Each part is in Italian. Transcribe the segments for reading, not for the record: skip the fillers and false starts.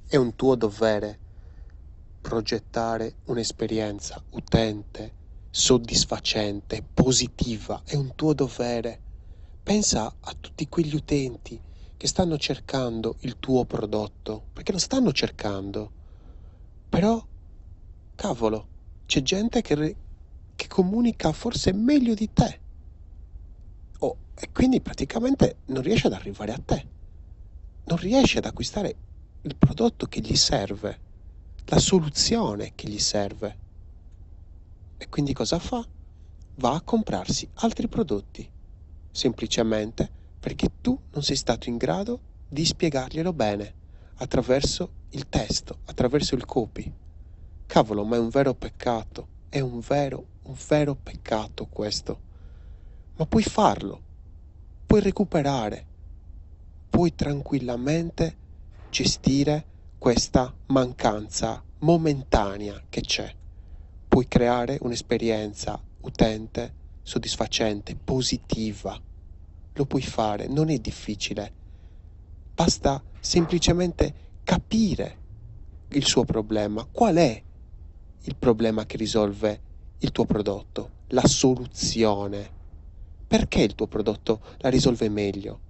È un tuo dovere progettare un'esperienza utente, soddisfacente, positiva. È un tuo dovere. Pensa a tutti quegli utenti che stanno cercando il tuo prodotto, perché lo stanno cercando. Però, cavolo, c'è gente che comunica forse meglio di te. Oh, e quindi praticamente non riesce ad arrivare a te. Non riesce ad acquistare il prodotto che gli serve, la soluzione che gli serve. E quindi cosa fa? Va a comprarsi altri prodotti, semplicemente perché tu non sei stato in grado di spiegarglielo bene, attraverso il testo, attraverso il copy. Cavolo, ma è un vero peccato, è un vero peccato questo. Ma puoi farlo, puoi recuperare, puoi tranquillamente gestire questa mancanza momentanea che c'è. Puoi creare un'esperienza utente, soddisfacente, positiva. Lo puoi fare, non è difficile. Basta semplicemente capire il suo problema. Qual è il problema che risolve il tuo prodotto? La soluzione. Perché il tuo prodotto la risolve meglio?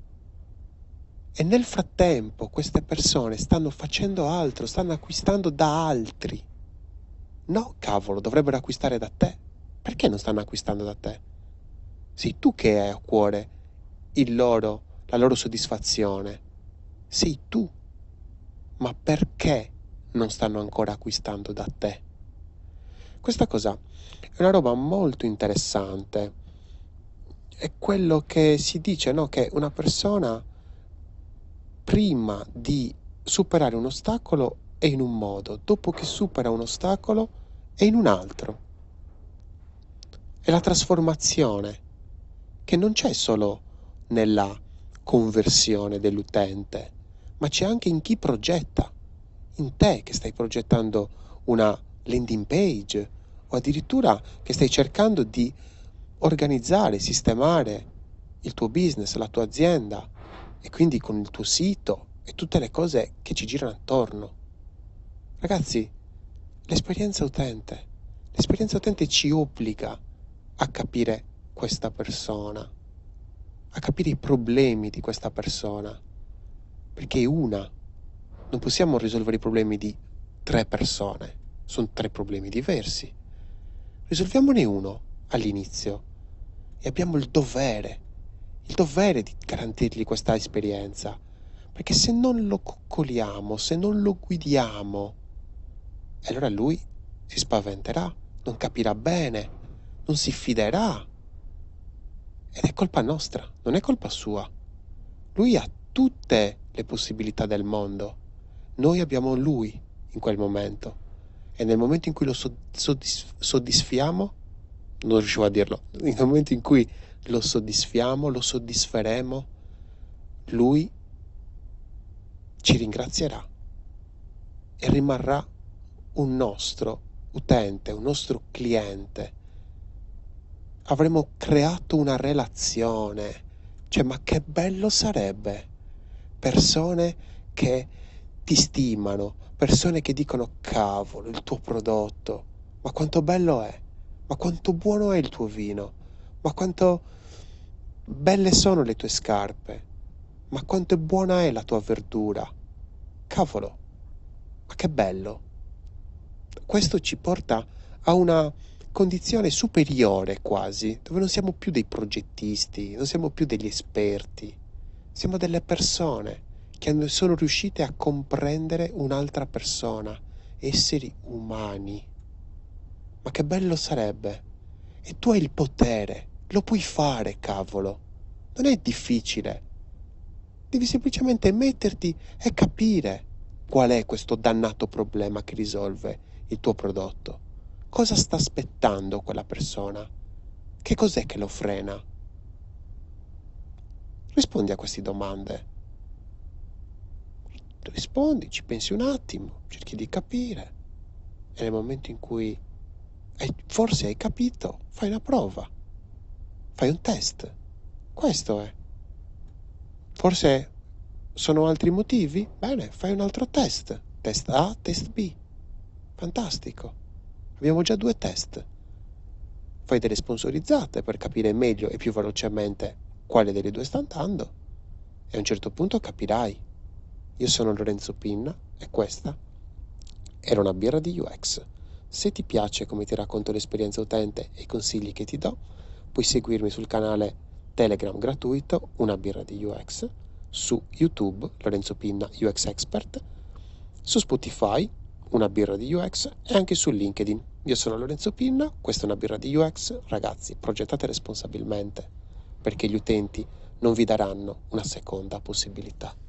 E nel frattempo queste persone stanno facendo altro, stanno acquistando da altri. No, cavolo, dovrebbero acquistare da te. Perché non stanno acquistando da te? Sei tu che hai a cuore la loro soddisfazione. Sei tu. Ma perché non stanno ancora acquistando da te? Questa cosa è una roba molto interessante. È quello che si dice, no? Che una persona prima di superare un ostacolo è in un modo, dopo che supera un ostacolo è in un altro. È la trasformazione che non c'è solo nella conversione dell'utente, ma c'è anche in chi progetta, in te che stai progettando una landing page o addirittura che stai cercando di organizzare, sistemare il tuo business, la tua azienda e quindi con il tuo sito e tutte le cose che ci girano attorno. Ragazzi, l'esperienza utente ci obbliga a capire questa persona, a capire i problemi di questa persona, perché è una. Non possiamo risolvere i problemi di 3 persone, sono 3 problemi diversi. Risolviamone uno all'inizio e abbiamo il dovere di garantirgli questa esperienza, perché se non lo coccoliamo, se non lo guidiamo, allora lui si spaventerà, non capirà bene, non si fiderà. Ed è colpa nostra, non è colpa sua. Lui ha tutte le possibilità del mondo. Noi abbiamo lui in quel momento. E nel momento in cui lo soddisfiamo, non riuscivo a dirlo, nel momento in cui lo soddisfiamo, lo soddisferemo, lui ci ringrazierà e rimarrà un nostro utente, un nostro cliente. Avremo creato una relazione. Cioè, ma che bello sarebbe? Persone che ti stimano, persone che dicono cavolo, il tuo prodotto, ma quanto bello è, ma quanto buono è il tuo vino, ma quanto belle sono le tue scarpe, ma quanto buona è la tua verdura. Cavolo, ma che bello. Questo ci porta a una condizione superiore quasi, dove non siamo più dei progettisti, non siamo più degli esperti, siamo delle persone che sono riuscite a comprendere un'altra persona, esseri umani. Ma che bello sarebbe! E tu hai il potere, lo puoi fare, cavolo. Non è difficile. Devi semplicemente metterti e capire qual è questo dannato problema che risolve il tuo prodotto. Cosa sta aspettando quella persona? Che cos'è che lo frena? Rispondi a queste domande. Rispondi, ci pensi un attimo, cerchi di capire. E nel momento in cui forse hai capito, fai una prova. Fai un test. Questo è. Forse sono altri motivi? Bene, fai un altro test. Test A, test B. Fantastico. Abbiamo già 2 test. Fai delle sponsorizzate per capire meglio e più velocemente quale delle due sta andando e a un certo punto capirai. Io sono Lorenzo Pinna e questa era una birra di UX. Se ti piace come ti racconto l'esperienza utente e i consigli che ti do, puoi seguirmi sul canale Telegram gratuito Una birra di UX, su YouTube Lorenzo Pinna UX Expert, su Spotify Una birra di UX e anche su LinkedIn. Io sono Lorenzo Pinna, questa è Una birra di UX. Ragazzi, progettate responsabilmente perché gli utenti non vi daranno una seconda possibilità.